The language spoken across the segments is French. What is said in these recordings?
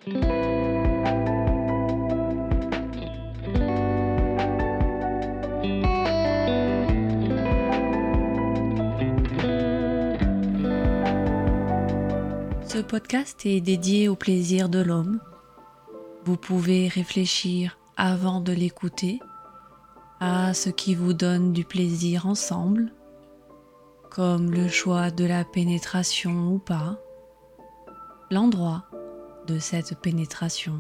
Ce podcast est dédié au plaisir de l'homme. Vous pouvez réfléchir avant de l'écouter à ce qui vous donne du plaisir ensemble, comme le choix de la pénétration ou pas, l'endroit de cette pénétration.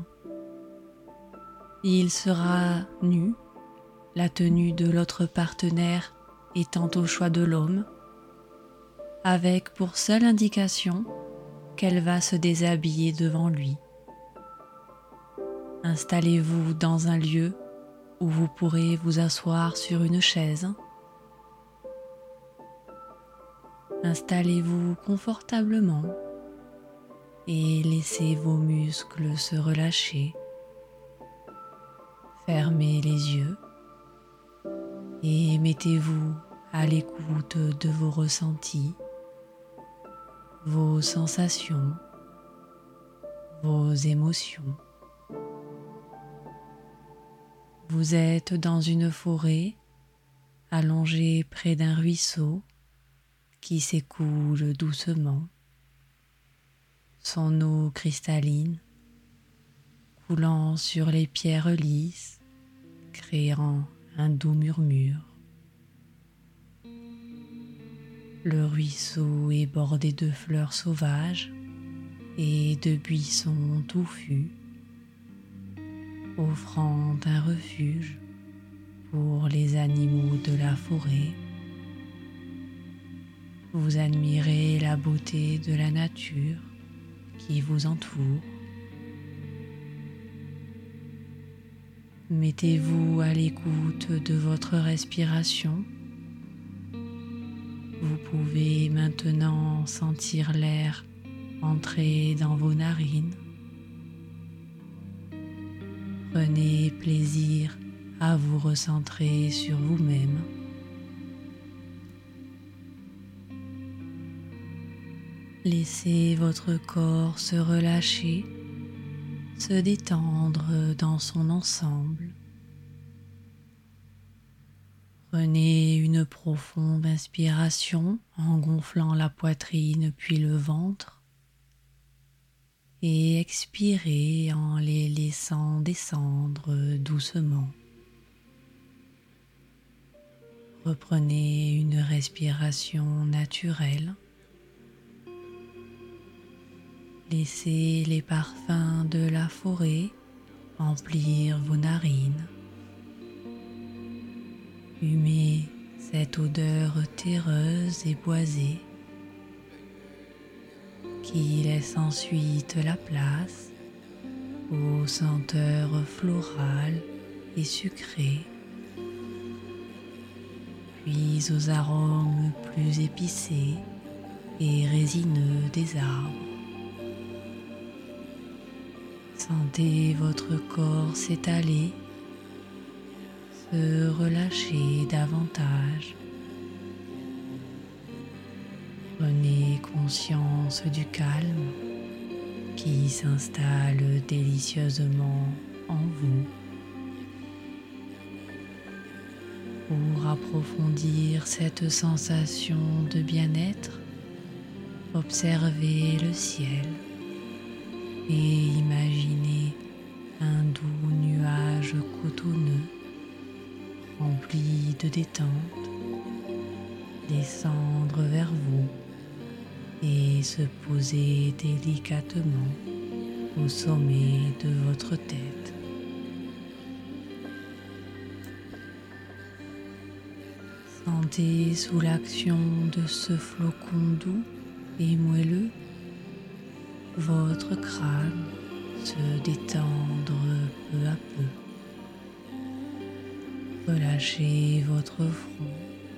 Il sera nu, la tenue de l'autre partenaire étant au choix de l'homme, avec pour seule indication qu'elle va se déshabiller devant lui. Installez-vous dans un lieu où vous pourrez vous asseoir sur une chaise. Installez-vous confortablement et laissez vos muscles se relâcher. Fermez les yeux et mettez-vous à l'écoute de vos ressentis, vos sensations, vos émotions. Vous êtes dans une forêt allongée près d'un ruisseau qui s'écoule doucement, son eau cristalline coulant sur les pierres lisses, créant un doux murmure. Le ruisseau est bordé de fleurs sauvages et de buissons touffus, offrant un refuge pour les animaux de la forêt. Vous admirez la beauté de la nature qui vous entoure. Mettez-vous à l'écoute de votre respiration. Vous pouvez maintenant sentir l'air entrer dans vos narines. Prenez plaisir à vous recentrer sur vous-même. Laissez votre corps se relâcher, se détendre dans son ensemble. Prenez une profonde inspiration en gonflant la poitrine puis le ventre et expirez en les laissant descendre doucement. Reprenez une respiration naturelle. Laissez les parfums de la forêt remplir vos narines. Humez cette odeur terreuse et boisée qui laisse ensuite la place aux senteurs florales et sucrées, puis aux arômes plus épicés et résineux des arbres. Sentez votre corps s'étaler, se relâcher davantage. Prenez conscience du calme qui s'installe délicieusement en vous. Pour approfondir cette sensation de bien-être, observez le ciel et imaginez un doux nuage cotonneux rempli de détente descendre vers vous et se poser délicatement au sommet de votre tête. Sentez sous l'action de ce flocon doux et moelleux votre crâne se détendre peu à peu. Relâchez votre front,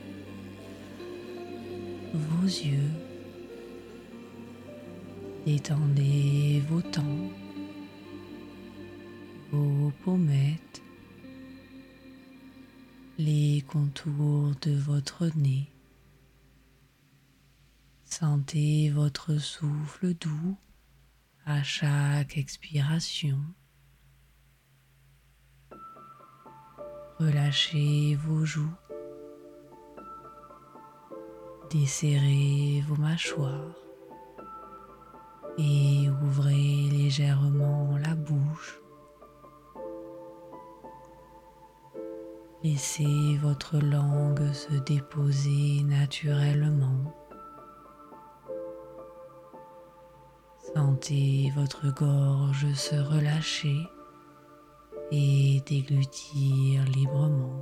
vos yeux, détendez vos tempes, vos pommettes, les contours de votre nez. Sentez votre souffle doux à chaque expiration. Relâchez vos joues, desserrez vos mâchoires et ouvrez légèrement la bouche. Laissez votre langue se déposer naturellement. Sentez votre gorge se relâcher et déglutir librement.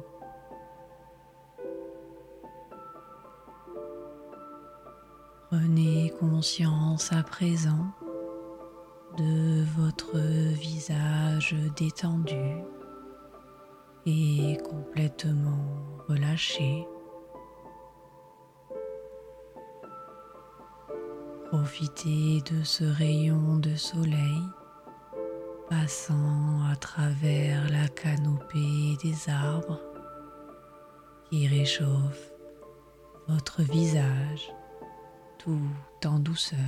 Prenez conscience à présent de votre visage détendu et complètement relâché. Profitez de ce rayon de soleil passant à travers la canopée des arbres qui réchauffe votre visage tout en douceur.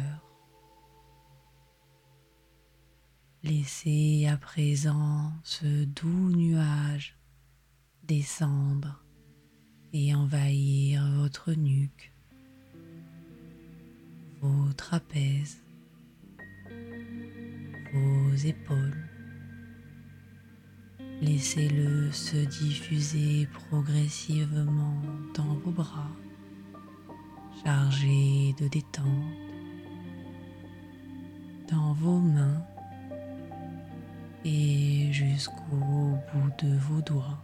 Laissez à présent ce doux nuage descendre et envahir votre nuque, vos trapèzes, vos épaules. Laissez-le se diffuser progressivement dans vos bras, chargés de détente, dans vos mains et jusqu'au bout de vos doigts.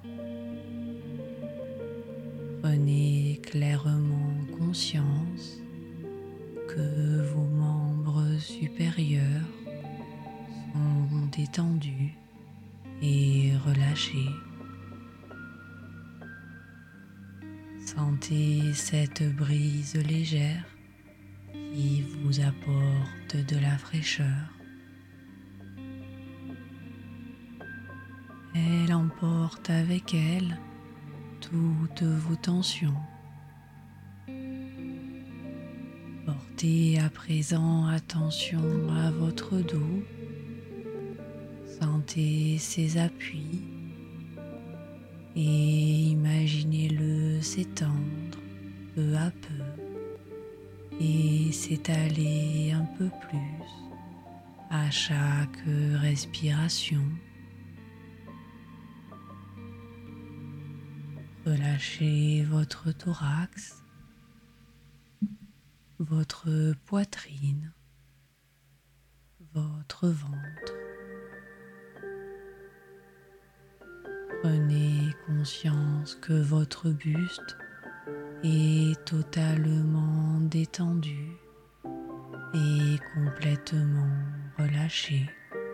Prenez clairement conscience que vos membres supérieurs sont détendus et relâchés. Sentez cette brise légère qui vous apporte de la fraîcheur. Elle emporte avec elle toutes vos tensions. Portez à présent attention à votre dos. Sentez ses appuis et imaginez-le s'étendre peu à peu et s'étaler un peu plus à chaque respiration. Relâchez votre thorax, votre poitrine, votre ventre. Prenez conscience que votre buste est totalement détendu et complètement relâché.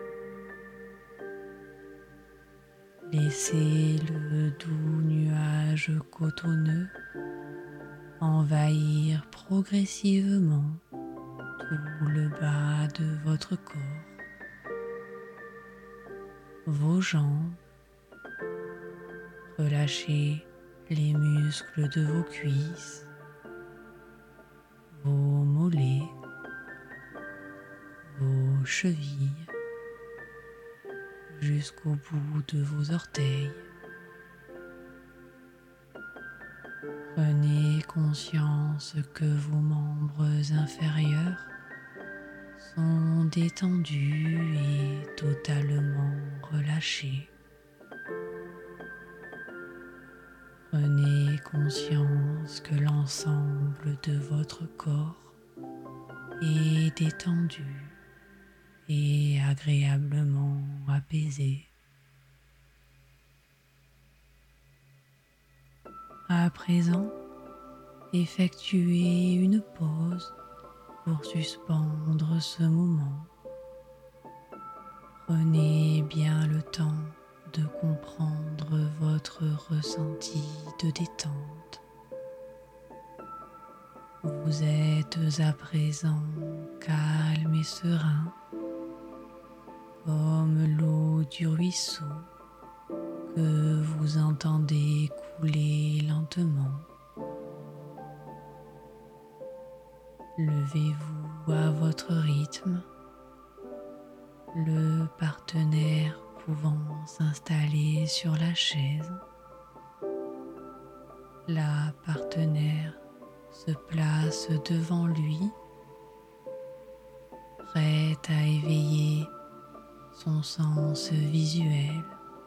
Laissez le doux nuage cotonneux envahir progressivement tout le bas de votre corps, vos jambes. Relâchez les muscles de vos cuisses, vos mollets, vos chevilles, jusqu'au bout de vos orteils. Prenez conscience que vos membres inférieurs sont détendus et totalement relâchés. Prenez conscience que l'ensemble de votre corps est détendu et agréablement apaisé. À présent, effectuez une pause pour suspendre ce moment. Prenez bien le temps de comprendre votre ressenti de détente. Vous êtes à présent calme et serein, comme l'eau du ruisseau que vous entendez couler lentement. Levez-vous à votre rythme le partenaire pouvant s'installer sur la chaise. La partenaire se place devant lui, prête à éveiller son sens visuel.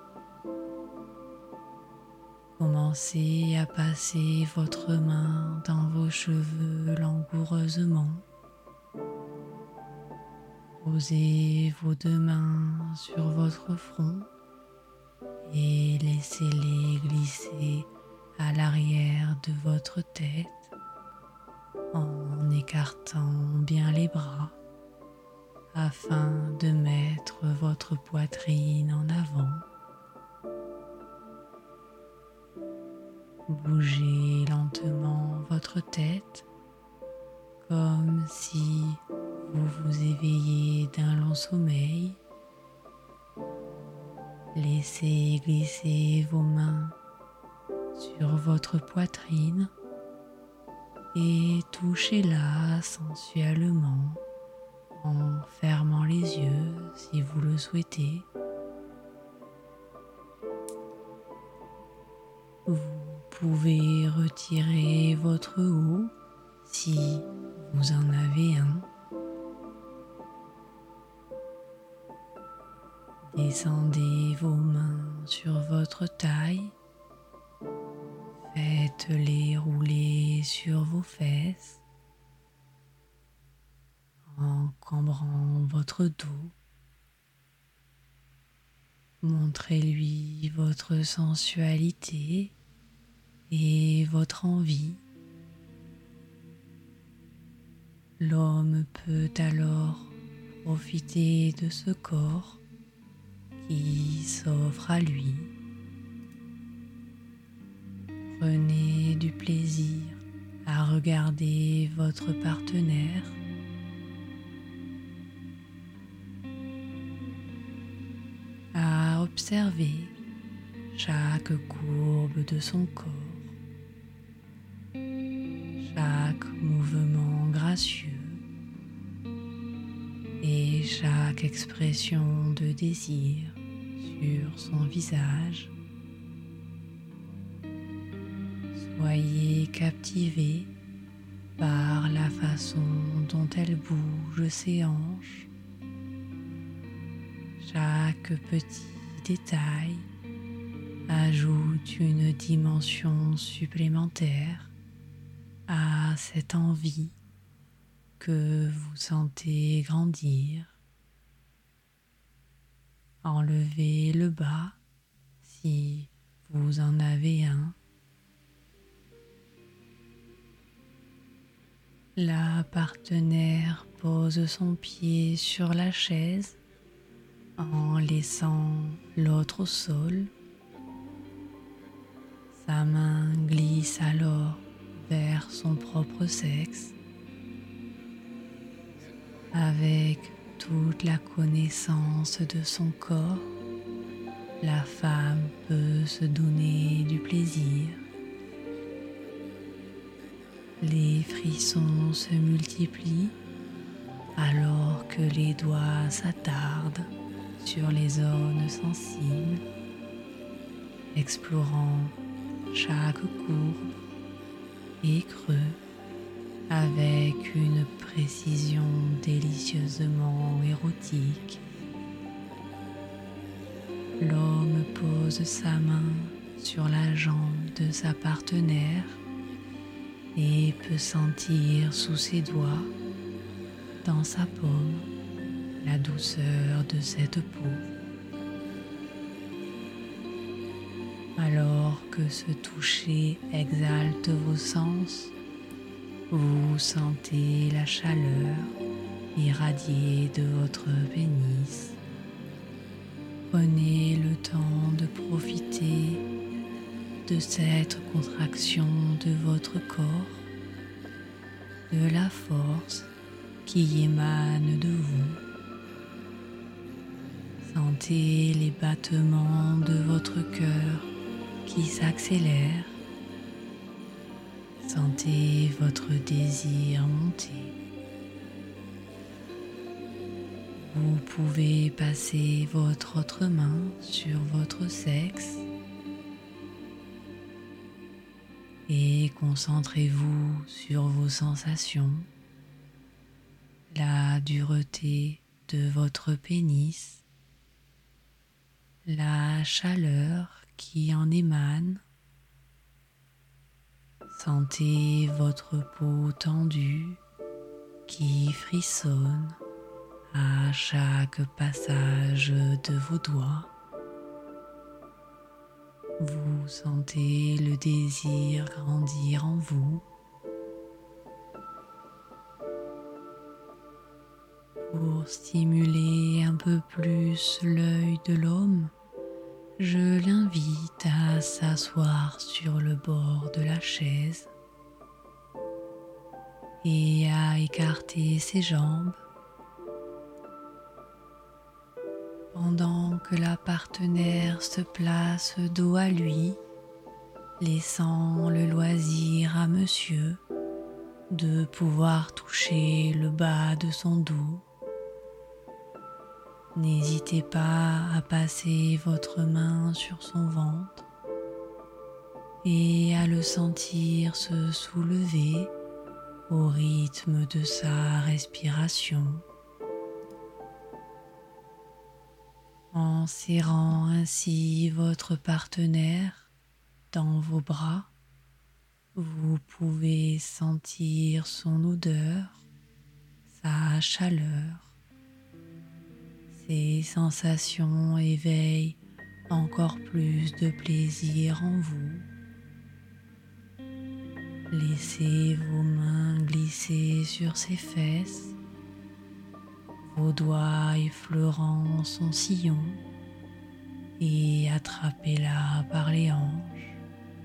Commencez à passer votre main dans vos cheveux langoureusement. Posez vos deux mains sur votre front et laissez-les glisser à l'arrière de votre tête en écartant bien les bras afin de mettre votre poitrine en avant. Bougez lentement votre tête comme si vous vous éveillez d'un long sommeil. Laissez glisser vos mains sur votre poitrine et touchez-la sensuellement en fermant les yeux si vous le souhaitez. Vous pouvez retirer votre haut si vous en avez un. Descendez vos mains sur votre taille. Faites-les rouler sur vos fesses en cambrant votre dos. Montrez-lui votre sensualité et votre envie. L'homme peut alors profiter de ce corps qui s'offre à lui. Prenez du plaisir à regarder votre partenaire. À observer chaque courbe de son corps, chaque mouvement gracieux et chaque expression de désir sur son visage. Soyez captivé par la façon dont elle bouge ses hanches. Chaque petit détail ajoute une dimension supplémentaire à cette envie que vous sentez grandir. Enlevez le bas si vous en avez un. La partenaire pose son pied sur la chaise en laissant l'autre au sol. Sa main glisse alors vers son propre sexe. Avec toute la connaissance de son corps, la femme peut se donner du plaisir. Les frissons se multiplient alors que les doigts s'attardent sur les zones sensibles, explorant chaque courbe et creux avec une précision délicieusement érotique. L'homme pose sa main sur la jambe de sa partenaire et peut sentir sous ses doigts, dans sa paume, la douceur de cette peau. Alors que ce toucher exalte vos sens, vous sentez la chaleur irradier de votre pénis. Prenez le temps de profiter de cette contraction de votre corps, de la force qui émane de vous. Sentez les battements de votre cœur qui s'accélèrent. Sentez votre désir monter. Vous pouvez passer votre autre main sur votre sexe et concentrez-vous sur vos sensations, la dureté de votre pénis, la chaleur qui en émane. Sentez votre peau tendue qui frissonne à chaque passage de vos doigts. Vous sentez le désir grandir en vous. Pour stimuler un peu plus l'œil de l'homme, je l'invite à s'asseoir sur le bord de la chaise et à écarter ses jambes pendant que la partenaire se place dos à lui, laissant le loisir à monsieur de pouvoir toucher le bas de son dos. N'hésitez pas à passer votre main sur son ventre et à le sentir se soulever au rythme de sa respiration. En serrant ainsi votre partenaire dans vos bras, vous pouvez sentir son odeur, sa chaleur. Ces sensations éveillent encore plus de plaisir en vous. Laissez vos mains glisser sur ses fesses, vos doigts effleurant son sillon et attrapez-la par les hanches.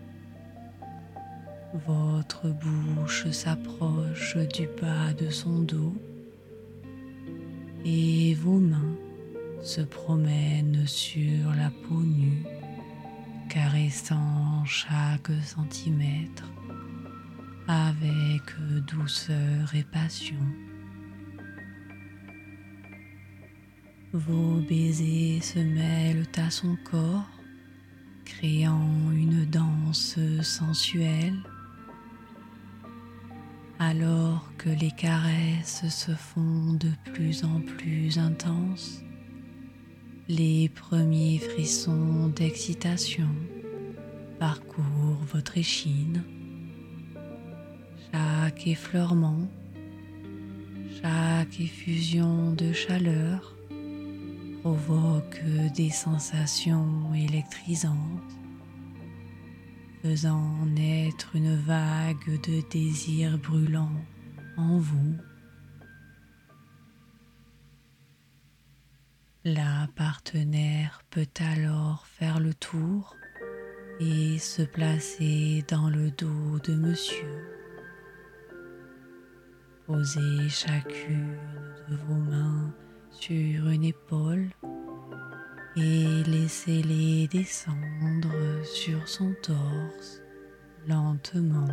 Votre bouche s'approche du bas de son dos et vos mains se promènent sur la peau nue, caressant chaque centimètre avec douceur et passion. Vos baisers se mêlent à son corps, créant une danse sensuelle, alors que les caresses se font de plus en plus intenses. Les premiers frissons d'excitation parcourent votre échine. Chaque effleurement, chaque effusion de chaleur provoque des sensations électrisantes, faisant naître une vague de désir brûlant en vous. La partenaire peut alors faire le tour et se placer dans le dos de monsieur. Posez chacune de vos mains sur une épaule et laissez-les descendre sur son torse lentement.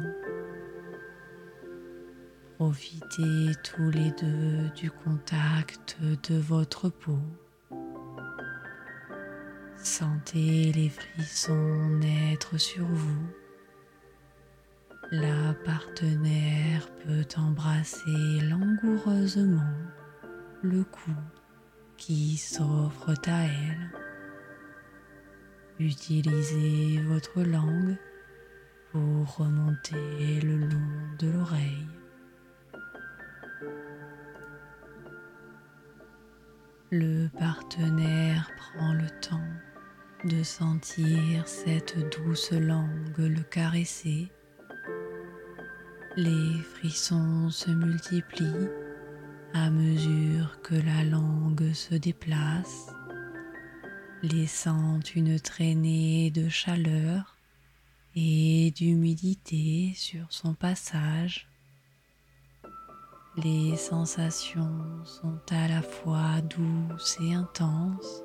Profitez tous les deux du contact de votre peau. Sentez les frissons naître sur vous. La partenaire peut embrasser langoureusement le cou qui s'offre à elle. Utilisez votre langue pour remonter le long de l'oreille. Le partenaire prend le temps de sentir cette douce langue le caresser. Les frissons se multiplient à mesure que la langue se déplace, laissant une traînée de chaleur et d'humidité sur son passage. Les sensations sont à la fois douces et intenses.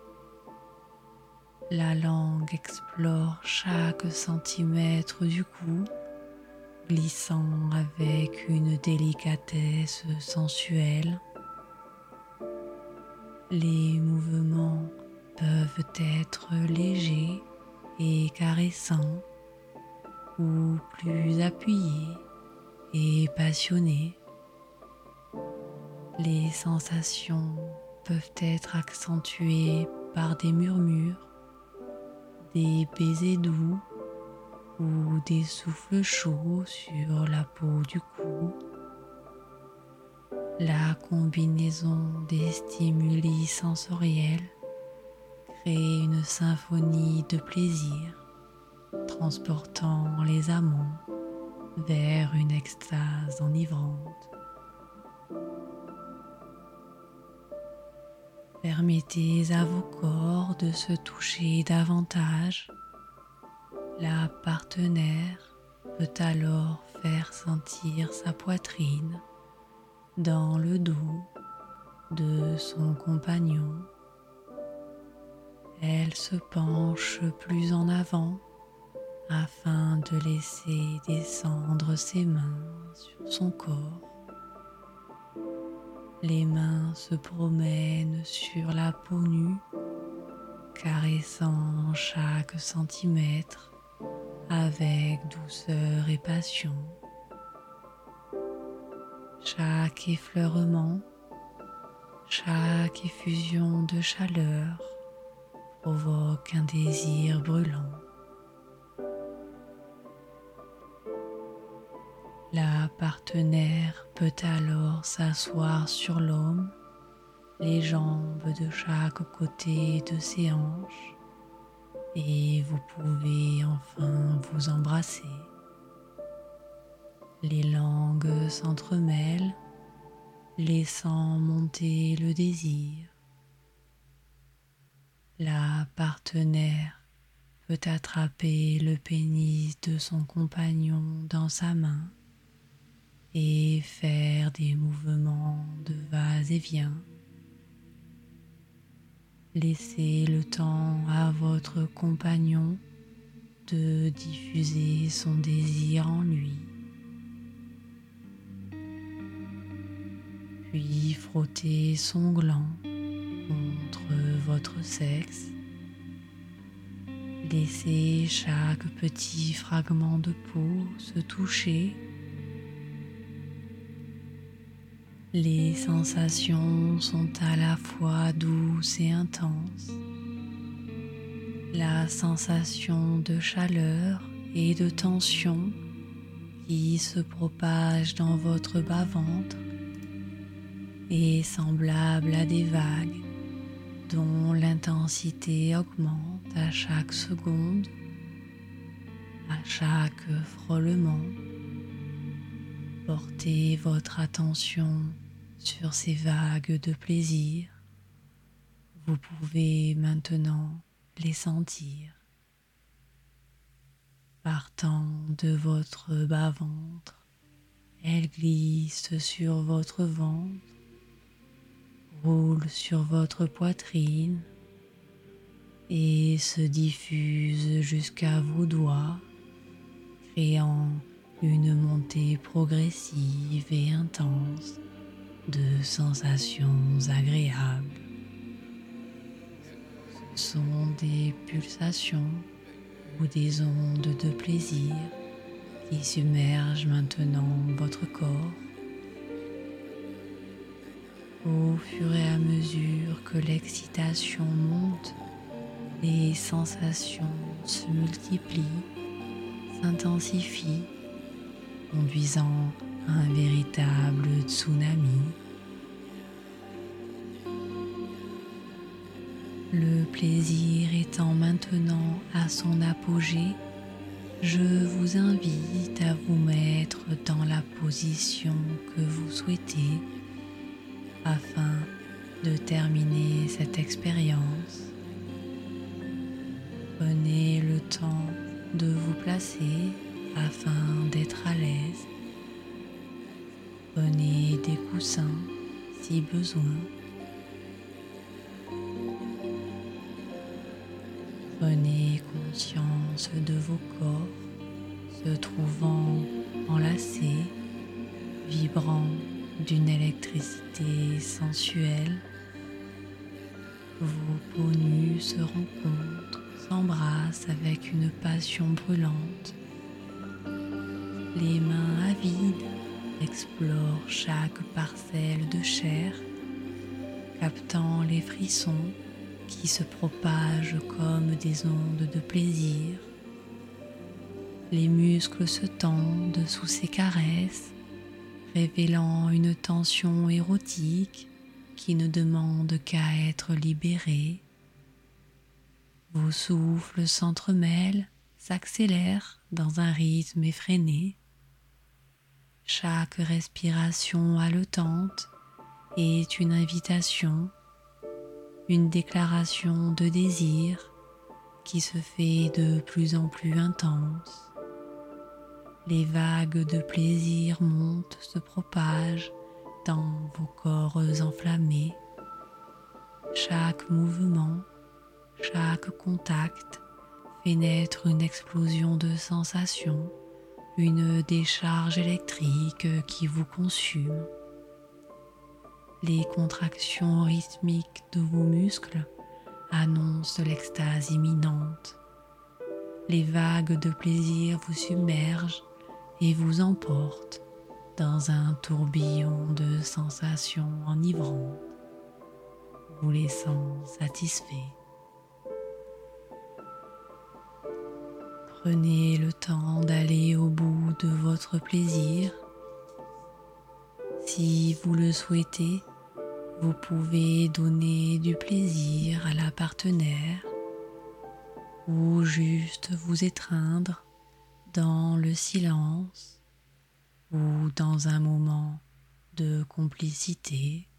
La langue explore chaque centimètre du cou, glissant avec une délicatesse sensuelle. Les mouvements peuvent être légers et caressants ou plus appuyés et passionnés. Les sensations peuvent être accentuées par des murmures, des baisers doux ou des souffles chauds sur la peau du cou. La combinaison des stimuli sensoriels crée une symphonie de plaisir, transportant les amants vers une extase enivrante. Permettez à vos corps de se toucher davantage. La partenaire peut alors faire sentir sa poitrine dans le dos de son compagnon. Elle se penche plus en avant afin de laisser descendre ses mains sur son corps. Les mains se promènent sur la peau nue, caressant chaque centimètre avec douceur et passion. Chaque effleurement, chaque effusion de chaleur provoque un désir brûlant. La partenaire peut alors s'asseoir sur l'homme, les jambes de chaque côté de ses hanches, et vous pouvez enfin vous embrasser. Les langues s'entremêlent, laissant monter le désir. La partenaire peut attraper le pénis de son compagnon dans sa main et faire des mouvements de va-et-vient. Laissez le temps à votre compagnon de diffuser son désir en lui. Puis frottez son gland contre votre sexe. Laissez chaque petit fragment de peau se toucher. Les sensations sont à la fois douces et intenses. La sensation de chaleur et de tension qui se propage dans votre bas-ventre est semblable à des vagues dont l'intensité augmente à chaque seconde, à chaque frôlement. Portez votre attention sur ces vagues de plaisir. Vous pouvez maintenant les sentir. Partant de votre bas-ventre, elles glissent sur votre ventre, roulent sur votre poitrine et se diffusent jusqu'à vos doigts, créant une montée progressive et intense de sensations agréables. Ce sont des pulsations ou des ondes de plaisir qui submergent maintenant votre corps. Au fur et à mesure que l'excitation monte, les sensations se multiplient, s'intensifient, conduisant à un véritable tsunami. Le plaisir étant maintenant à son apogée, je vous invite à vous mettre dans la position que vous souhaitez afin de terminer cette expérience. Prenez le temps de vous placer afin d'être à l'aise. Prenez des coussins si besoin. Prenez conscience de vos corps se trouvant enlacés, vibrant d'une électricité sensuelle. Vos peaux nues se rencontrent, s'embrassent avec une passion brûlante. Les mains avides explorent chaque parcelle de chair, captant les frissons qui se propagent comme des ondes de plaisir. Les muscles se tendent sous ces caresses, révélant une tension érotique qui ne demande qu'à être libérée. Vos souffles s'entremêlent, s'accélèrent dans un rythme effréné. Chaque respiration haletante est une invitation, une déclaration de désir qui se fait de plus en plus intense. Les vagues de plaisir montent, se propagent dans vos corps enflammés. Chaque mouvement, chaque contact fait naître une explosion de sensations, une décharge électrique qui vous consume. Les contractions rythmiques de vos muscles annoncent l'extase imminente. Les vagues de plaisir vous submergent et vous emportent dans un tourbillon de sensations enivrantes, vous laissant satisfait. Prenez le temps d'aller au bout de votre plaisir. Si vous le souhaitez, vous pouvez donner du plaisir à la partenaire ou juste vous étreindre dans le silence ou dans un moment de complicité.